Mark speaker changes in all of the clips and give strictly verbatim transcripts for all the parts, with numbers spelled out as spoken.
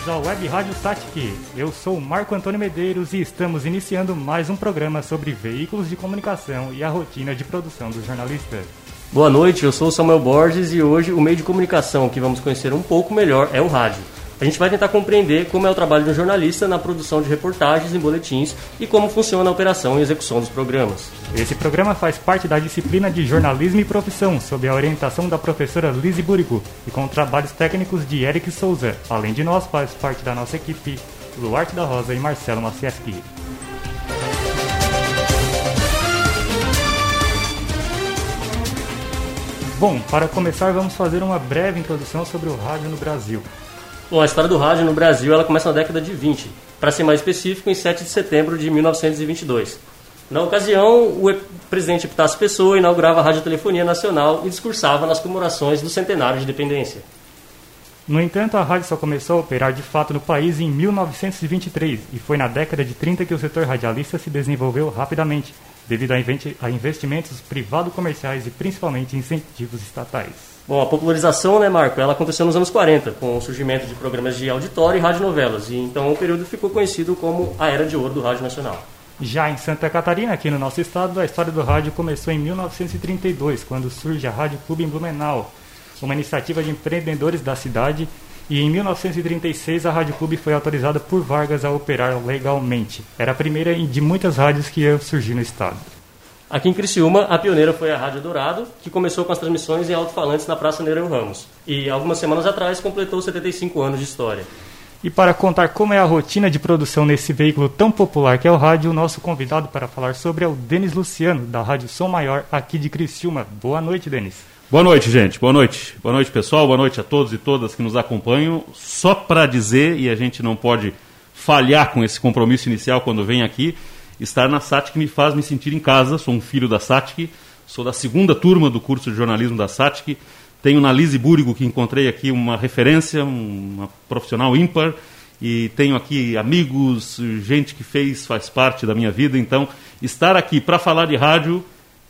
Speaker 1: bem-vindos ao Web Rádio Satic. Eu sou Marco Antônio Medeiros e estamos iniciando mais um programa sobre veículos de comunicação e a rotina de produção do jornalista.
Speaker 2: Boa noite, eu sou o Samuel Borges e hoje o meio de comunicação que vamos conhecer um pouco melhor é o rádio. A gente vai tentar compreender como é o trabalho de um jornalista na produção de reportagens e boletins e como funciona a operação e execução dos programas.
Speaker 1: Esse programa faz parte da disciplina de Jornalismo e Profissão, sob a orientação da professora Lise Burigo e com trabalhos técnicos de Eric Souza. Além de nós, faz parte da nossa equipe Luarte da Rosa e Marcelo Macieski. Bom, para começar, vamos fazer uma breve introdução sobre o rádio no Brasil.
Speaker 2: Bom, a história do rádio no Brasil ela começa na década de vinte, para ser mais específico, em sete de setembro de mil novecentos e vinte e dois. Na ocasião, o presidente Epitácio Pessoa inaugurava a Radiotelefonia Nacional e discursava nas comemorações do centenário de independência.
Speaker 1: No entanto, a rádio só começou a operar de fato no país em mil novecentos e vinte e três e foi na década de trinta que o setor radialista se desenvolveu rapidamente, devido a investimentos privado-comerciais e principalmente incentivos estatais.
Speaker 2: Bom, a popularização, né, Marco, ela aconteceu nos anos quarenta, com o surgimento de programas de auditório e radionovelas, e então o período ficou conhecido como a Era de Ouro do Rádio Nacional.
Speaker 1: Já em Santa Catarina, aqui no nosso estado, a história do rádio começou em mil novecentos e trinta e dois, quando surge a Rádio Clube em Blumenau, uma iniciativa de empreendedores da cidade, e em mil novecentos e trinta e seis a Rádio Clube foi autorizada por Vargas a operar legalmente. Era a primeira de muitas rádios que ia surgir no estado.
Speaker 2: Aqui em Criciúma, a pioneira foi a Rádio Dourado, que começou com as transmissões em alto-falantes na Praça Nereu Ramos. E algumas semanas atrás completou setenta e cinco anos de história.
Speaker 1: E para contar como é a rotina de produção nesse veículo tão popular que é o rádio, o nosso convidado para falar sobre é o Denis Luciano, da Rádio Som Maior, aqui de Criciúma. Boa noite, Denis.
Speaker 3: Boa noite, gente. Boa noite. Boa noite, pessoal. Boa noite a todos e todas que nos acompanham. Só para dizer, e a gente não pode falhar com esse compromisso inicial quando vem aqui, estar na Satic me faz me sentir em casa. Sou um filho da Satic, sou da segunda turma do curso de jornalismo da Satic. Tenho na Lise Burigo, que encontrei aqui uma referência, uma profissional ímpar, e tenho aqui amigos, gente que fez, faz parte da minha vida. Então, estar aqui para falar de rádio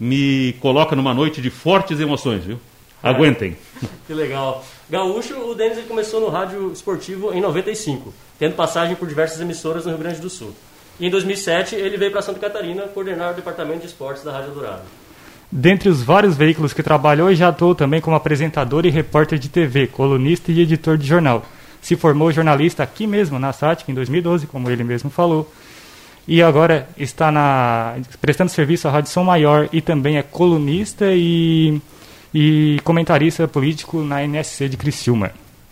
Speaker 3: me coloca numa noite de fortes emoções, viu? Aguentem.
Speaker 2: É, que legal. Gaúcho, o Denis ele começou no rádio esportivo em noventa e cinco, tendo passagem por diversas emissoras no Rio Grande do Sul. E em dois mil e sete ele veio para Santa Catarina coordenar o departamento de esportes da Rádio Dourado.
Speaker 1: Dentre os vários veículos que trabalhou, já atuou também como apresentador e repórter de T V, colunista e editor de jornal. Se formou jornalista aqui mesmo, na Satic, em dois mil e doze, como ele mesmo falou. E agora está na, prestando serviço à Rádio Som Maior e também é colunista e, e comentarista político na N S C de Criciúma.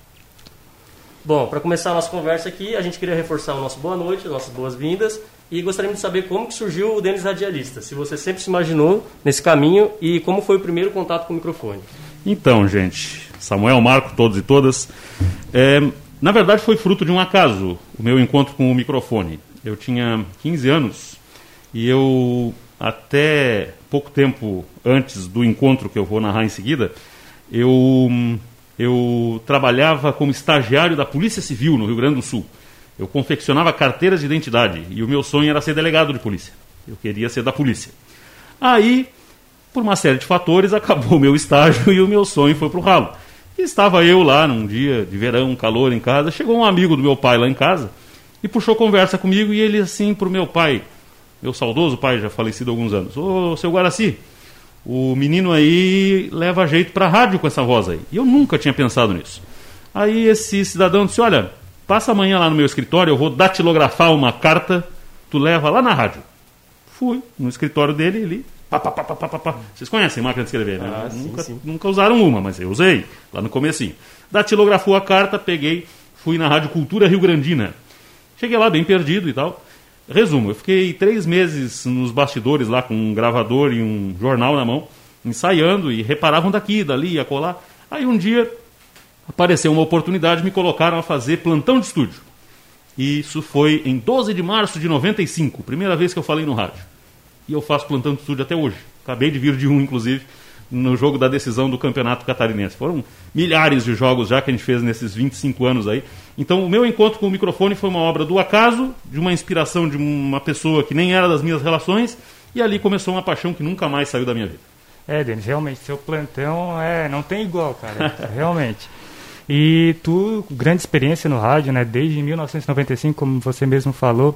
Speaker 2: Bom, para começar a nossa conversa aqui, a gente queria reforçar o nosso boa noite, as nossas boas-vindas, e gostaríamos de saber como que surgiu o Denis Radialista, se você sempre se imaginou nesse caminho e como foi o primeiro contato com o microfone.
Speaker 3: Então, gente, Samuel, Marco, todos e todas, é, na verdade foi fruto de um acaso, o meu encontro com o microfone. Eu tinha quinze anos e eu, até pouco tempo antes do encontro que eu vou narrar em seguida, eu... Eu trabalhava como estagiário da Polícia Civil no Rio Grande do Sul. Eu confeccionava carteiras de identidade e o meu sonho era ser delegado de polícia. Eu queria ser da polícia. Aí, por uma série de fatores, acabou o meu estágio e o meu sonho foi para o ralo. E estava eu lá num dia de verão, calor em casa. Chegou um amigo do meu pai lá em casa e puxou conversa comigo e ele assim para o meu pai, meu saudoso pai, já falecido há alguns anos: ô, seu Guaraci, o menino aí leva jeito para rádio com essa voz aí. E eu nunca tinha pensado nisso. Aí esse cidadão disse: olha, passa amanhã lá no meu escritório, eu vou datilografar uma carta, tu leva lá na rádio. Fui no escritório dele, ele... Pá, pá, pá, pá, pá, pá. Vocês conhecem máquina de escrever, né?
Speaker 2: Ah,
Speaker 3: nunca,
Speaker 2: sim, sim.
Speaker 3: nunca usaram uma, mas eu usei, lá no comecinho. Datilografou a carta, peguei, fui na Rádio Cultura Rio Grandina. Cheguei lá bem perdido e tal. Resumo, eu fiquei três meses nos bastidores lá com um gravador e um jornal na mão, ensaiando, e reparavam daqui, dali, a colar. Aí um dia apareceu uma oportunidade, me colocaram a fazer plantão de estúdio. E isso foi em doze de março de noventa e cinco, primeira vez que eu falei no rádio. E eu faço plantão de estúdio até hoje. Acabei de vir de um, inclusive, no jogo da decisão do Campeonato Catarinense. Foram milhares de jogos já que a gente fez nesses vinte e cinco anos aí. Então, o meu encontro com o microfone foi uma obra do acaso, de uma inspiração de uma pessoa que nem era das minhas relações, e ali começou uma paixão que nunca mais saiu da minha vida.
Speaker 1: É, Denis, realmente, seu plantão é, não tem igual, cara, realmente. E tu, grande experiência no rádio, né? Desde mil novecentos e noventa e cinco, como você mesmo falou.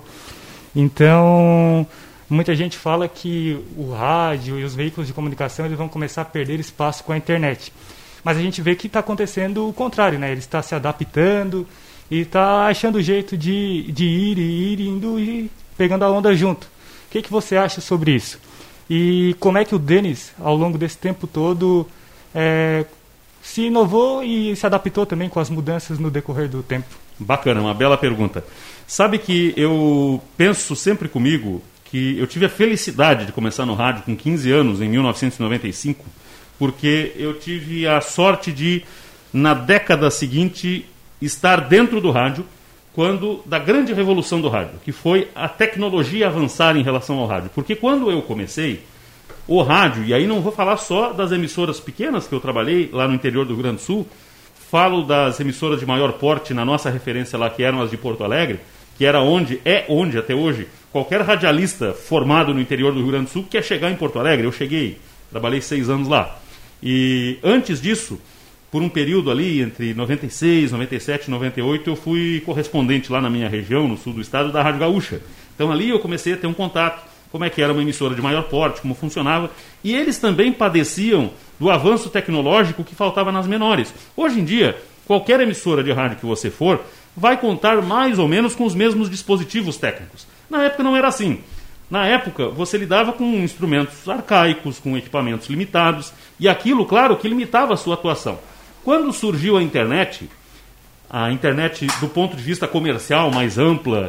Speaker 1: Então, muita gente fala que o rádio e os veículos de comunicação eles vão começar a perder espaço com a internet. Mas a gente vê que está acontecendo o contrário, né? Ele está se adaptando e está achando o jeito de, de ir e ir, indo e pegando a onda junto. O que, que você acha sobre isso? E como é que o Denis, ao longo desse tempo todo, é, se inovou e se adaptou também com as mudanças no decorrer do tempo?
Speaker 3: Bacana, uma bela pergunta. Sabe que eu penso sempre comigo que eu tive a felicidade de começar no rádio com quinze anos, em mil novecentos e noventa e cinco, porque eu tive a sorte de, na década seguinte, estar dentro do rádio, quando da grande revolução do rádio, que foi a tecnologia avançar em relação ao rádio. Porque quando eu comecei, o rádio, e aí não vou falar só das emissoras pequenas que eu trabalhei lá no interior do Rio Grande do Sul, falo das emissoras de maior porte, na nossa referência lá, que eram as de Porto Alegre, que era onde, é onde até hoje, qualquer radialista formado no interior do Rio Grande do Sul quer chegar em Porto Alegre. Eu cheguei, trabalhei seis anos lá. E antes disso, por um período ali, entre noventa e seis, noventa e sete e noventa e oito, eu fui correspondente lá na minha região, no sul do estado, da Rádio Gaúcha. Então ali eu comecei a ter um contato, como é que era uma emissora de maior porte, como funcionava. E eles também padeciam do avanço tecnológico que faltava nas menores. Hoje em dia, qualquer emissora de rádio que você for, vai contar mais ou menos com os mesmos dispositivos técnicos. Na época não era assim. Na época, você lidava com instrumentos arcaicos, com equipamentos limitados, e aquilo, claro, que limitava a sua atuação. Quando surgiu a internet, a internet do ponto de vista comercial mais ampla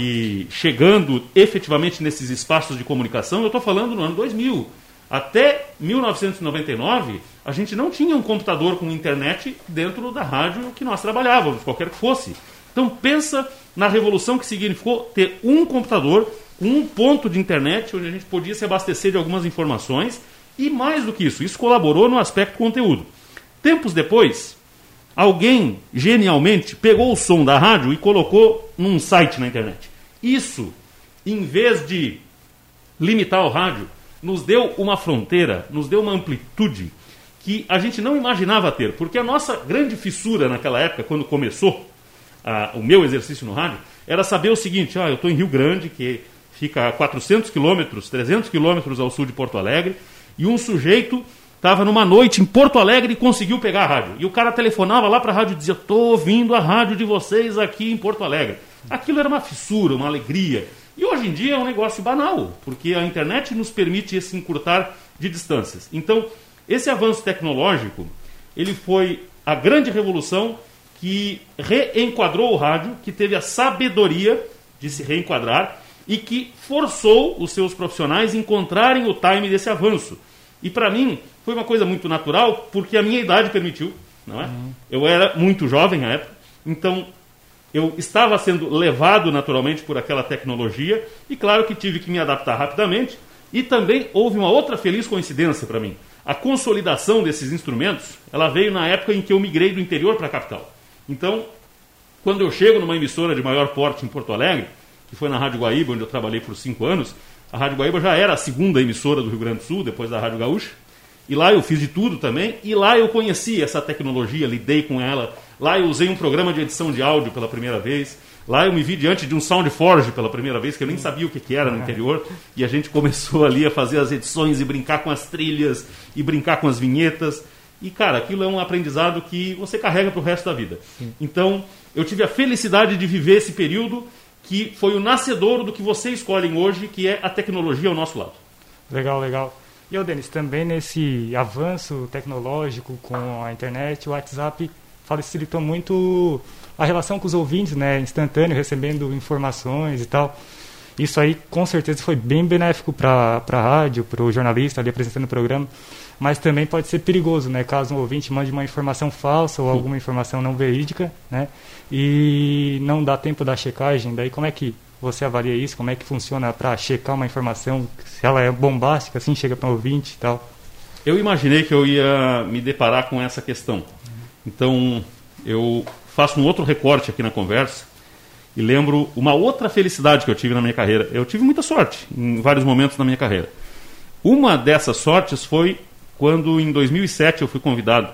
Speaker 3: e chegando efetivamente nesses espaços de comunicação, eu estou falando no ano dois mil. Até mil novecentos e noventa e nove, a gente não tinha um computador com internet dentro da rádio que nós trabalhávamos, qualquer que fosse. Então pensa na revolução que significou ter um computador com um ponto de internet onde a gente podia se abastecer de algumas informações e mais do que isso, isso colaborou no aspecto conteúdo. Tempos depois, alguém genialmente pegou o som da rádio e colocou num site na internet. Isso, em vez de limitar o rádio, nos deu uma fronteira, nos deu uma amplitude que a gente não imaginava ter, porque a nossa grande fissura naquela época, quando começou a, o meu exercício no rádio, era saber o seguinte: ah, eu estou em Rio Grande, que fica a quatrocentos quilômetros, trezentos quilômetros ao sul de Porto Alegre, e um sujeito estava numa noite em Porto Alegre e conseguiu pegar a rádio. E o cara telefonava lá para a rádio e dizia: estou ouvindo a rádio de vocês aqui em Porto Alegre. Aquilo era uma fissura, uma alegria. E hoje em dia é um negócio banal, porque a internet nos permite esse encurtar de distâncias. Então, esse avanço tecnológico, ele foi a grande revolução que reenquadrou o rádio, que teve a sabedoria de se reenquadrar e que forçou os seus profissionais a encontrarem o time desse avanço. E para mim foi uma coisa muito natural, porque a minha idade permitiu, não é? Uhum. Eu era muito jovem na época, então eu estava sendo levado naturalmente por aquela tecnologia e claro que tive que me adaptar rapidamente. E também houve uma outra feliz coincidência para mim. A consolidação desses instrumentos, ela veio na época em que eu migrei do interior para a capital. Então, quando eu chego numa emissora de maior porte em Porto Alegre, que foi na Rádio Guaíba, onde eu trabalhei por cinco anos, a Rádio Guaíba já era a segunda emissora do Rio Grande do Sul, depois da Rádio Gaúcha. E lá eu fiz de tudo também, e lá eu conheci essa tecnologia, lidei com ela. Lá eu usei um programa de edição de áudio pela primeira vez. Lá eu me vi diante de um SoundForge pela primeira vez, que eu nem sabia o que, que era no interior. E a gente começou ali a fazer as edições e brincar com as trilhas, e brincar com as vinhetas. E, cara, aquilo é um aprendizado que você carrega para o resto da vida. Então, eu tive a felicidade de viver esse período que foi o nascedouro do que vocês escolhem hoje, que é a tecnologia ao nosso lado.
Speaker 1: Legal, legal. E, ô Denis, também nesse avanço tecnológico com a internet, o WhatsApp facilitou muito a relação com os ouvintes, né? Instantâneo, recebendo informações e tal. Isso aí, com certeza, foi bem benéfico para a rádio, para o jornalista ali apresentando o programa, mas também pode ser perigoso, né? Caso um ouvinte mande uma informação falsa ou alguma informação não verídica, né? E não dá tempo da checagem, daí como é que você avalia isso? Como é que funciona para checar uma informação, se ela é bombástica, assim, chega para um ouvinte e tal?
Speaker 3: Eu imaginei que eu ia me deparar com essa questão. Então, eu faço um outro recorte aqui na conversa e lembro uma outra felicidade que eu tive na minha carreira. Eu tive muita sorte em vários momentos da minha carreira. Uma dessas sortes foi quando, em dois mil e sete, eu fui convidado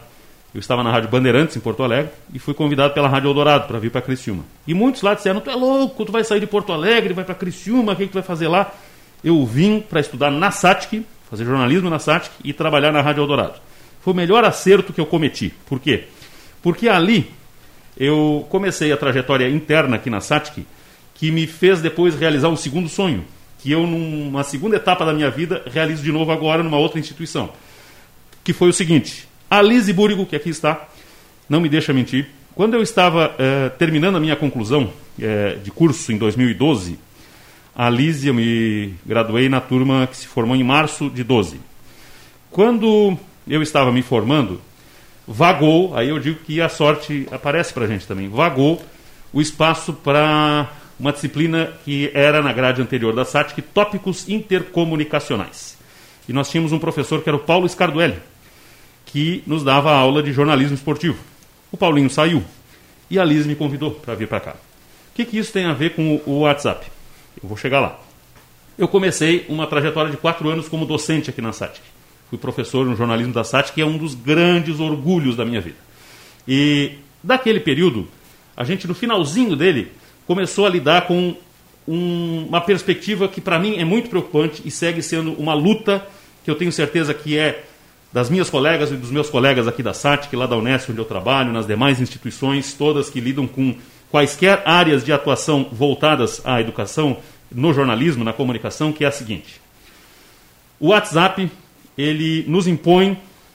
Speaker 3: Eu estava na Rádio Bandeirantes, em Porto Alegre, e fui convidado pela Rádio Eldorado para vir para Criciúma. E muitos lá disseram, tu é louco, tu vai sair de Porto Alegre, vai para Criciúma, o que, que tu vai fazer lá? Eu vim para estudar na S A T C, fazer jornalismo na S A T C e trabalhar na Rádio Eldorado. Foi o melhor acerto que eu cometi. Por quê? Porque ali eu comecei a trajetória interna aqui na S A T C, que me fez depois realizar um segundo sonho, que eu, numa segunda etapa da minha vida, realizo de novo agora numa outra instituição. Que foi o seguinte: a Lise Búrigo, que aqui está, não me deixa mentir, quando eu estava eh, terminando a minha conclusão eh, de curso em dois mil e doze, a Lise, eu me graduei na turma que se formou em março de doze. Quando eu estava me formando, vagou, aí eu digo que a sorte aparece para a gente também, vagou o espaço para uma disciplina que era na grade anterior da S A T C, Tópicos Intercomunicacionais. E nós tínhamos um professor que era o Paulo Scarduelli, que nos dava aula de jornalismo esportivo. O Paulinho saiu e a Liz me convidou para vir para cá. O que, que isso tem a ver com o WhatsApp? Eu vou chegar lá. Eu comecei uma trajetória de quatro anos como docente aqui na S A T C. Fui professor no jornalismo da S A T C, que é um dos grandes orgulhos da minha vida. E daquele período, a gente no finalzinho dele começou a lidar com um, uma perspectiva que para mim é muito preocupante e segue sendo uma luta que eu tenho certeza que é das minhas colegas e dos meus colegas aqui da S A T C, lá da Unesp, onde eu trabalho, nas demais instituições, todas que lidam com quaisquer áreas de atuação voltadas à educação, no jornalismo, na comunicação, que é a seguinte: o WhatsApp, ele nos impõe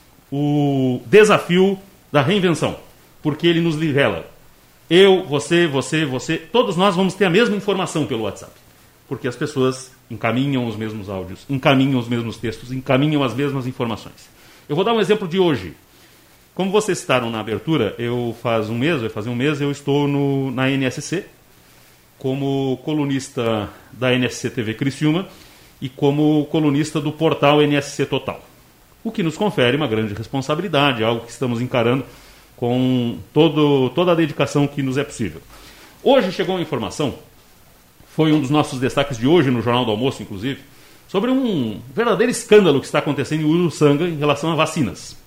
Speaker 3: o desafio da reinvenção, porque ele nos nivela. Eu, você, você, você, todos nós vamos ter a mesma informação pelo WhatsApp, porque as pessoas encaminham os mesmos áudios, encaminham os mesmos textos, encaminham as mesmas informações. Eu vou dar um exemplo de hoje. Como vocês citaram na abertura, eu faz um mês, vai fazer um mês, eu estou no, na N S C, como colunista da N S C T V Criciúma e como colunista do portal N S C Total. O que nos confere uma grande responsabilidade, algo que estamos encarando com todo, toda a dedicação que nos é possível. Hoje chegou uma informação, foi um dos nossos destaques de hoje no Jornal do Almoço, inclusive, sobre um verdadeiro escândalo que está acontecendo em Uruçanga em relação a vacinas.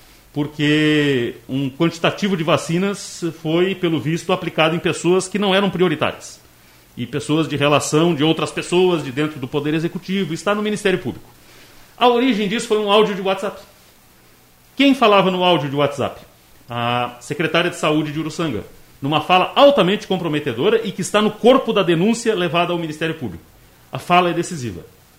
Speaker 3: Porque um quantitativo de vacinas foi, pelo visto, aplicado em pessoas que não eram prioritárias. E pessoas de relação de outras pessoas de dentro do Poder Executivo, está no Ministério Público. A origem disso foi um áudio de WhatsApp. Quem falava no áudio de WhatsApp? A secretária de Saúde de Uruçanga, numa fala altamente comprometedora e que está no corpo da denúncia levada ao Ministério Público. A fala é decisiva.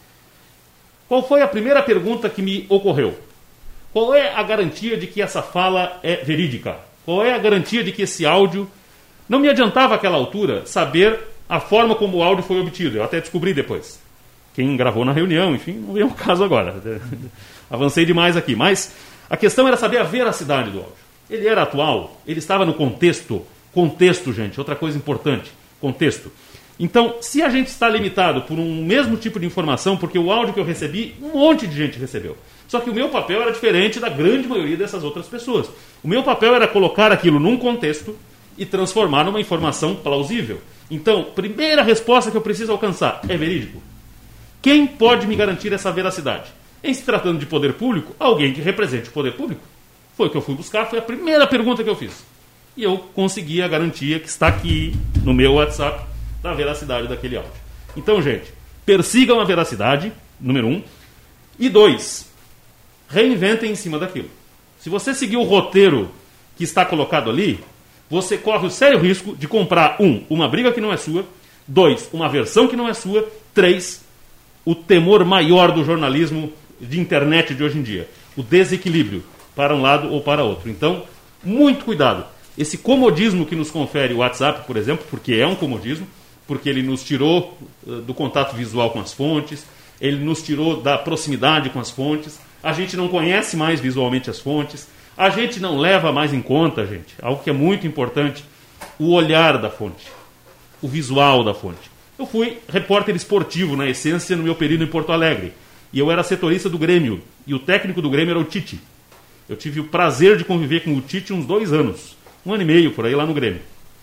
Speaker 3: Qual foi a primeira pergunta que me ocorreu? Qual é a garantia de que essa fala é verídica? Qual é a garantia de que esse áudio... Não me adiantava àquela altura saber a forma como o áudio foi obtido. Eu até descobri depois. Quem gravou na reunião, enfim, não veio o caso agora. Avancei demais aqui. Mas a questão era saber a veracidade do áudio. Ele era atual, ele estava no contexto. Contexto, gente, outra coisa importante. Contexto. Então, se a gente está limitado por um mesmo tipo de informação, porque o áudio que eu recebi, um monte de gente recebeu. Só que o meu papel era diferente da grande maioria dessas outras pessoas. O meu papel era colocar aquilo num contexto e transformar numa informação plausível. Então, primeira resposta que eu preciso alcançar: é verídico? Quem pode me garantir essa veracidade? Em se tratando de poder público, alguém que represente o poder público. Foi o que eu fui buscar, foi a primeira pergunta que eu fiz. E eu consegui a garantia que está aqui no meu WhatsApp da veracidade daquele áudio. Então, gente, persigam a veracidade, número um. E dois, reinventem em cima daquilo. Se você seguir o roteiro que está colocado ali, você corre o sério risco de comprar, um, uma briga que não é sua, dois, uma versão que não é sua, três, o temor maior do jornalismo de internet de hoje em dia, o desequilíbrio para um lado ou para outro. Então, muito cuidado. Esse comodismo que nos confere o WhatsApp, por exemplo, porque é um comodismo, porque ele nos tirou uh, do contato visual com as fontes, ele nos tirou da proximidade com as fontes, a gente não conhece mais visualmente as fontes, a gente não leva mais em conta, gente, algo que é muito importante, o olhar da fonte, o visual da fonte. Eu fui repórter esportivo, na essência, no meu período em Porto Alegre, e eu era setorista do Grêmio, e o técnico do Grêmio era o Tite. Eu tive o prazer de conviver com o Tite uns dois anos, um ano e meio por aí lá no Grêmio.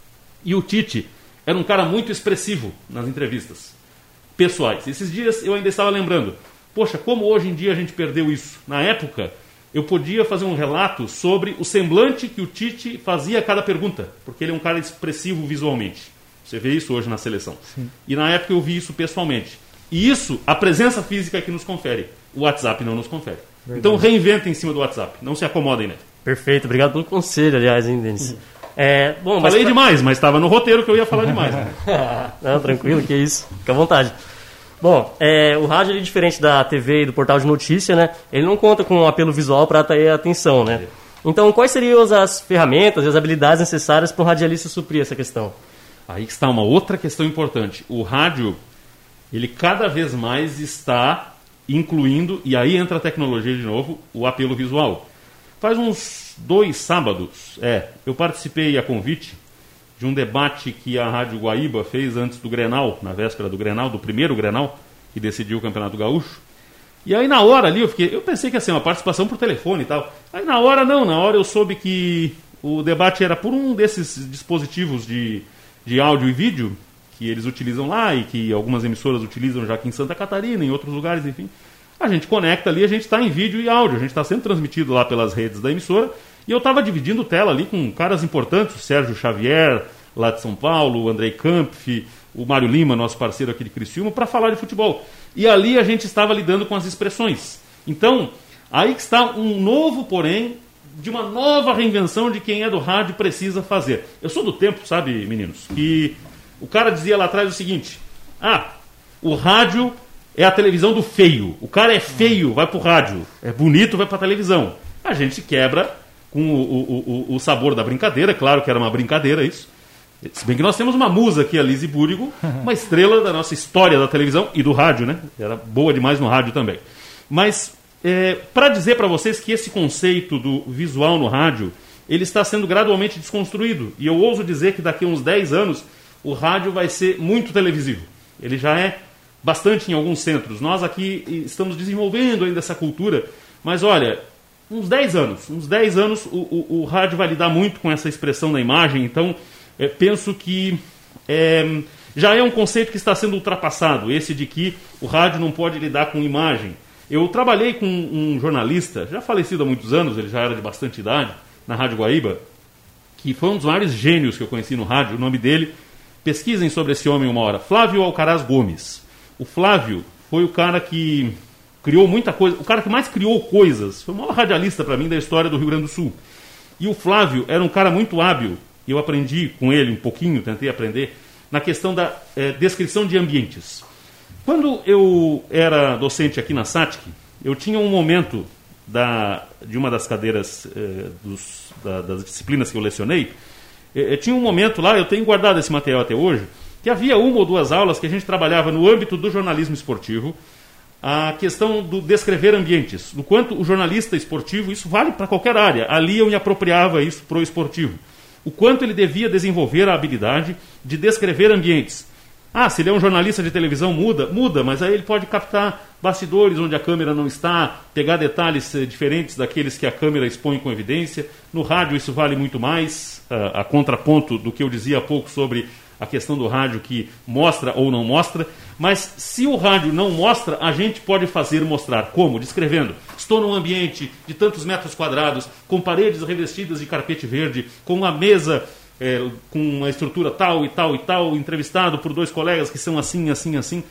Speaker 3: E o Tite era um cara muito expressivo nas entrevistas pessoais. Esses dias eu ainda estava lembrando, poxa, como hoje em dia a gente perdeu isso. Na época, eu podia fazer um relato sobre o semblante que o Tite fazia a cada pergunta, porque ele é um cara expressivo visualmente. Você vê isso hoje na seleção. Sim. E na época eu vi isso pessoalmente. E isso, a presença física que nos confere. O WhatsApp não nos confere. Verdade. Então reinventem em cima do WhatsApp. Não se acomodem, né?
Speaker 2: Perfeito. Obrigado pelo conselho, aliás, hein, Denis? Uhum. É, bom,
Speaker 3: Falei
Speaker 2: mas...
Speaker 3: demais, mas estava no roteiro que eu ia falar demais. Né?
Speaker 2: Não, tranquilo, que isso. Fica à vontade. Bom, é, o rádio, ele é diferente da T V e do portal de notícia, né? Ele não conta com um apelo visual para atrair a atenção, né? Então, quais seriam as ferramentas e as habilidades necessárias para um radialista suprir essa questão?
Speaker 3: Aí está uma outra questão importante. O rádio, ele cada vez mais está incluindo, e aí entra a tecnologia de novo, o apelo visual. Faz uns dois sábados, é, eu participei a convite de um debate que a Rádio Guaíba fez antes do Grenal, na véspera do Grenal, do primeiro Grenal, que decidiu o Campeonato Gaúcho. E aí na hora ali, eu, fiquei, eu pensei que ia ser uma participação por telefone e tal. Aí na hora não, na hora eu soube que o debate era por um desses dispositivos de, de áudio e vídeo que eles utilizam lá e que algumas emissoras utilizam já aqui em Santa Catarina, em outros lugares, enfim. A gente conecta ali, a gente está em vídeo e áudio, a gente está sendo transmitido lá pelas redes da emissora. E eu estava dividindo tela ali com caras importantes, o Sérgio Xavier, lá de São Paulo, o Andrei Kampf, o Mário Lima, nosso parceiro aqui de Criciúma, para falar de futebol. E ali a gente estava lidando com as expressões. Então, aí que está um novo, porém, de uma nova reinvenção de quem é do rádio precisa fazer. Eu sou do tempo, sabe, meninos, que o cara dizia lá atrás o seguinte: ah, o rádio é a televisão do feio. O cara é feio, vai pro rádio. É bonito, vai pra televisão. A gente quebra com o, o, o, o sabor da brincadeira. Claro que era uma brincadeira isso. Se bem que nós temos uma musa aqui, a Lise Búrigo, uma estrela da nossa história da televisão e do rádio, né? Era boa demais no rádio também. Mas, é, para dizer para vocês que esse conceito do visual no rádio, ele está sendo gradualmente desconstruído. E eu ouso dizer que daqui a uns dez anos, o rádio vai ser muito televisivo. Ele já é bastante em alguns centros. Nós aqui estamos desenvolvendo ainda essa cultura, mas olha, uns dez anos, uns dez anos o, o, o rádio vai lidar muito com essa expressão da imagem, então é, penso que é, já é um conceito que está sendo ultrapassado, esse de que o rádio não pode lidar com imagem. Eu trabalhei com um jornalista, já falecido há muitos anos, ele já era de bastante idade, na Rádio Guaíba, que foi um dos maiores gênios que eu conheci no rádio. O nome dele, pesquisem sobre esse homem uma hora, Flávio Alcaraz Gomes. O Flávio foi o cara que criou muita coisa, o cara que mais criou coisas, foi o maior radialista para mim da história do Rio Grande do Sul. E o Flávio era um cara muito hábil, e eu aprendi com ele um pouquinho, tentei aprender, na questão da é, descrição de ambientes. Quando eu era docente aqui na S A T C, eu tinha um momento da, de uma das cadeiras é, dos, da, das disciplinas que eu lecionei, é, tinha um momento lá, eu tenho guardado esse material até hoje, que havia uma ou duas aulas que a gente trabalhava no âmbito do jornalismo esportivo, a questão do descrever ambientes, do quanto o jornalista esportivo, isso vale para qualquer área, ali eu me apropriava isso para o esportivo, o quanto ele devia desenvolver a habilidade de descrever ambientes. Ah, se ele é um jornalista de televisão, muda? Muda, mas aí ele pode captar bastidores onde a câmera não está, pegar detalhes eh, diferentes daqueles que a câmera expõe com evidência. No rádio isso vale muito mais, a, a contraponto do que eu dizia há pouco sobre a questão do rádio que mostra ou não mostra, mas se o rádio não mostra, a gente pode fazer mostrar. Como? Descrevendo. Estou num ambiente de tantos metros quadrados, com paredes revestidas de carpete verde, com uma mesa é, com uma estrutura tal e tal e tal, entrevistado por dois colegas que são assim, assim, assim.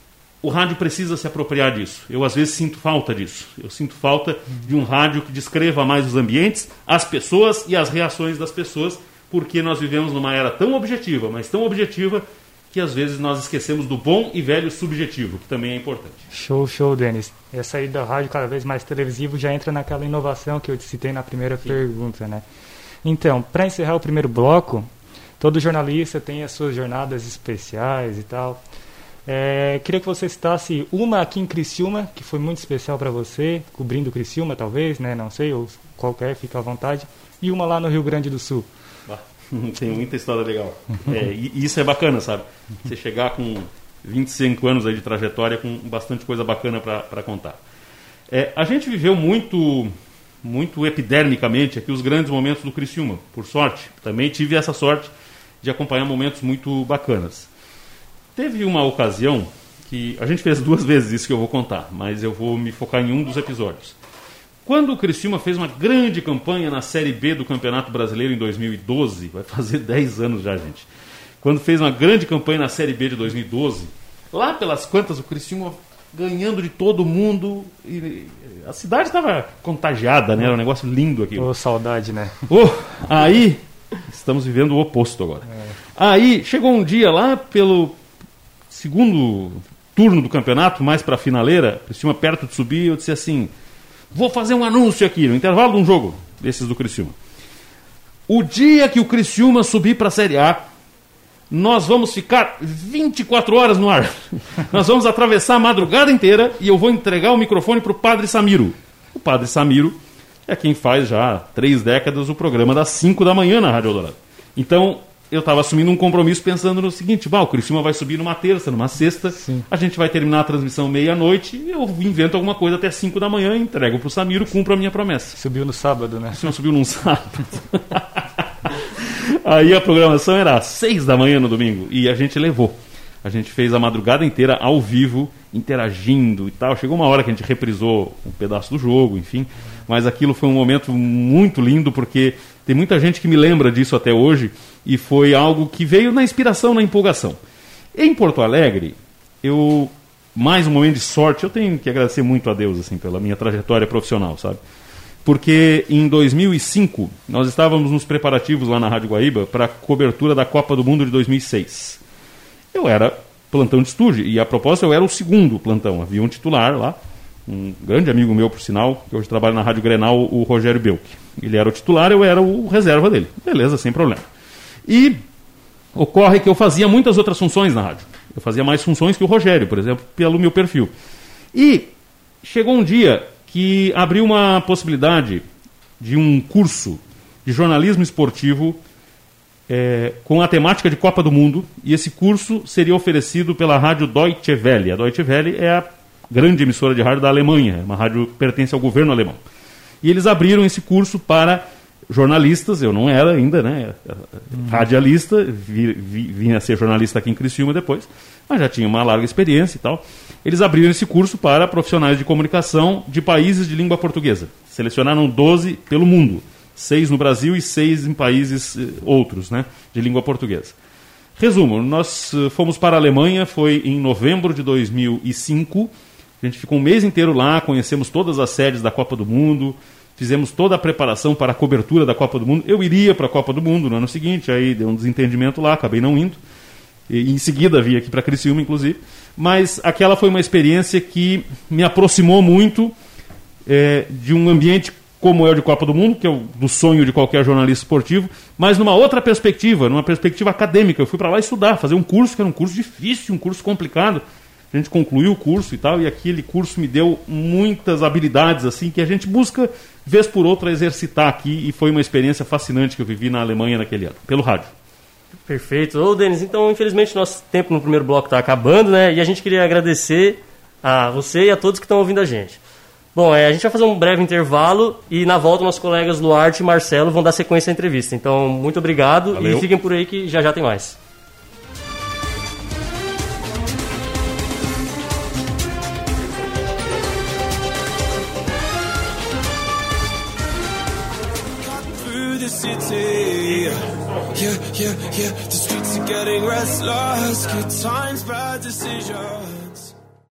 Speaker 3: O rádio precisa se apropriar disso. Eu às vezes sinto falta disso. Eu sinto falta de um rádio que descreva mais os ambientes, as pessoas e as reações das pessoas, porque nós vivemos numa era tão objetiva, mas tão objetiva, que às vezes nós esquecemos do bom e velho subjetivo, que também é importante.
Speaker 1: Show, show, Denis. Essa aí da rádio cada vez mais televisivo já entra naquela inovação que eu te citei na primeira Sim. pergunta, né? Então, para encerrar o primeiro bloco, todo jornalista tem as suas jornadas especiais e tal. É, queria que você citasse uma aqui em Criciúma, que foi muito especial para você, cobrindo Criciúma talvez, né? Não sei, ou qualquer, fica à vontade. E uma lá no Rio Grande do Sul.
Speaker 3: Tem muita história legal. É, e isso é bacana, sabe? Você chegar com vinte e cinco anos aí de trajetória com bastante coisa bacana para contar. É, a gente viveu muito, muito epidermicamente aqui os grandes momentos do Criciúma, por sorte. Também tive essa sorte de acompanhar momentos muito bacanas. Teve uma ocasião que a gente fez duas vezes isso que eu vou contar, mas eu vou me focar em um dos episódios. Quando o Criciúma fez uma grande campanha na Série B do Campeonato Brasileiro em dois mil e doze, vai fazer dez anos já, gente. Quando fez uma grande campanha na Série B de dois mil e doze, lá pelas quantas o Criciúma ganhando de todo mundo, e a cidade estava contagiada, né? Era um negócio lindo aqui.
Speaker 1: Oh, saudade, né?
Speaker 3: Oh, aí, estamos vivendo o oposto agora. É. Aí, chegou um dia lá pelo segundo turno do campeonato, mais para a finaleira, o Criciúma perto de subir, eu disse assim, vou fazer um anúncio aqui, no intervalo de um jogo desses do Criciúma. O dia que o Criciúma subir para a Série A, nós vamos ficar vinte e quatro horas no ar. Nós vamos atravessar a madrugada inteira e eu vou entregar o microfone para o Padre Samiro. O Padre Samiro é quem faz já há três décadas o programa das cinco da manhã na Rádio Eldorado. Então, eu estava assumindo um compromisso pensando no seguinte, bah, o Criciúma vai subir numa terça, numa sexta, Sim. a gente vai terminar a transmissão meia-noite, eu invento alguma coisa até cinco da manhã, entrego para o Samiro, cumpro a minha promessa.
Speaker 1: Subiu no sábado, né?
Speaker 3: Criciúma subiu num sábado. Aí a programação era às seis da manhã no domingo, e a gente levou. A gente fez a madrugada inteira ao vivo, interagindo e tal. Chegou uma hora que a gente reprisou um pedaço do jogo, enfim. Mas aquilo foi um momento muito lindo, porque tem muita gente que me lembra disso até hoje, e foi algo que veio na inspiração, na empolgação. Em Porto Alegre, eu, mais um momento de sorte, eu tenho que agradecer muito a Deus assim, pela minha trajetória profissional, sabe? Porque em dois mil e cinco, nós estávamos nos preparativos lá na Rádio Guaíba para a cobertura da Copa do Mundo de dois mil e seis. Eu era plantão de estúdio, e a propósito eu era o segundo plantão. Havia um titular lá, um grande amigo meu, por sinal, que hoje trabalha na Rádio Grenal, o Rogério Belk. Ele era o titular, eu era o reserva dele. Beleza, sem problema. E ocorre que eu fazia muitas outras funções na rádio. Eu fazia mais funções que o Rogério, por exemplo, pelo meu perfil. E chegou um dia que abriu uma possibilidade de um curso de jornalismo esportivo é, com a temática de Copa do Mundo, e esse curso seria oferecido pela rádio Deutsche Welle. A Deutsche Welle é a grande emissora de rádio da Alemanha, uma rádio que pertence ao governo alemão. E eles abriram esse curso para jornalistas, eu não era ainda, né, radialista, vi, vi, vim a ser jornalista aqui em Criciúma depois, mas já tinha uma larga experiência e tal. Eles abriram esse curso para profissionais de comunicação de países de língua portuguesa. Selecionaram doze pelo mundo, seis no Brasil e seis em países eh, outros, né, de língua portuguesa. Resumo, nós uh, fomos para a Alemanha, foi em novembro de dois mil e cinco, a gente ficou um mês inteiro lá, conhecemos todas as sedes da Copa do Mundo, fizemos toda a preparação para a cobertura da Copa do Mundo. Eu iria para a Copa do Mundo no ano seguinte, aí deu um desentendimento lá, acabei não indo. E em seguida vim aqui para Criciúma, inclusive. Mas aquela foi uma experiência que me aproximou muito é, de um ambiente como é o de Copa do Mundo, que é o do sonho de qualquer jornalista esportivo, mas numa outra perspectiva, numa perspectiva acadêmica. Eu fui para lá estudar, fazer um curso que era um curso difícil, um curso complicado. A gente concluiu o curso e tal, e aquele curso me deu muitas habilidades assim que a gente busca, vez por outra, exercitar aqui, e foi uma experiência fascinante que eu vivi na Alemanha naquele ano, pelo rádio.
Speaker 2: Perfeito. Ô, Denis, então, infelizmente, nosso tempo no primeiro bloco está acabando, né? E a gente queria agradecer a você e a todos que estão ouvindo a gente. Bom, é, a gente vai fazer um breve intervalo e, na volta, nossos colegas Luarte e Marcelo vão dar sequência à entrevista. Então, muito obrigado. Valeu. E fiquem por aí que já já tem mais.
Speaker 4: City, yeah, yeah, yeah. The streets are getting restless. Good times, bad decisions.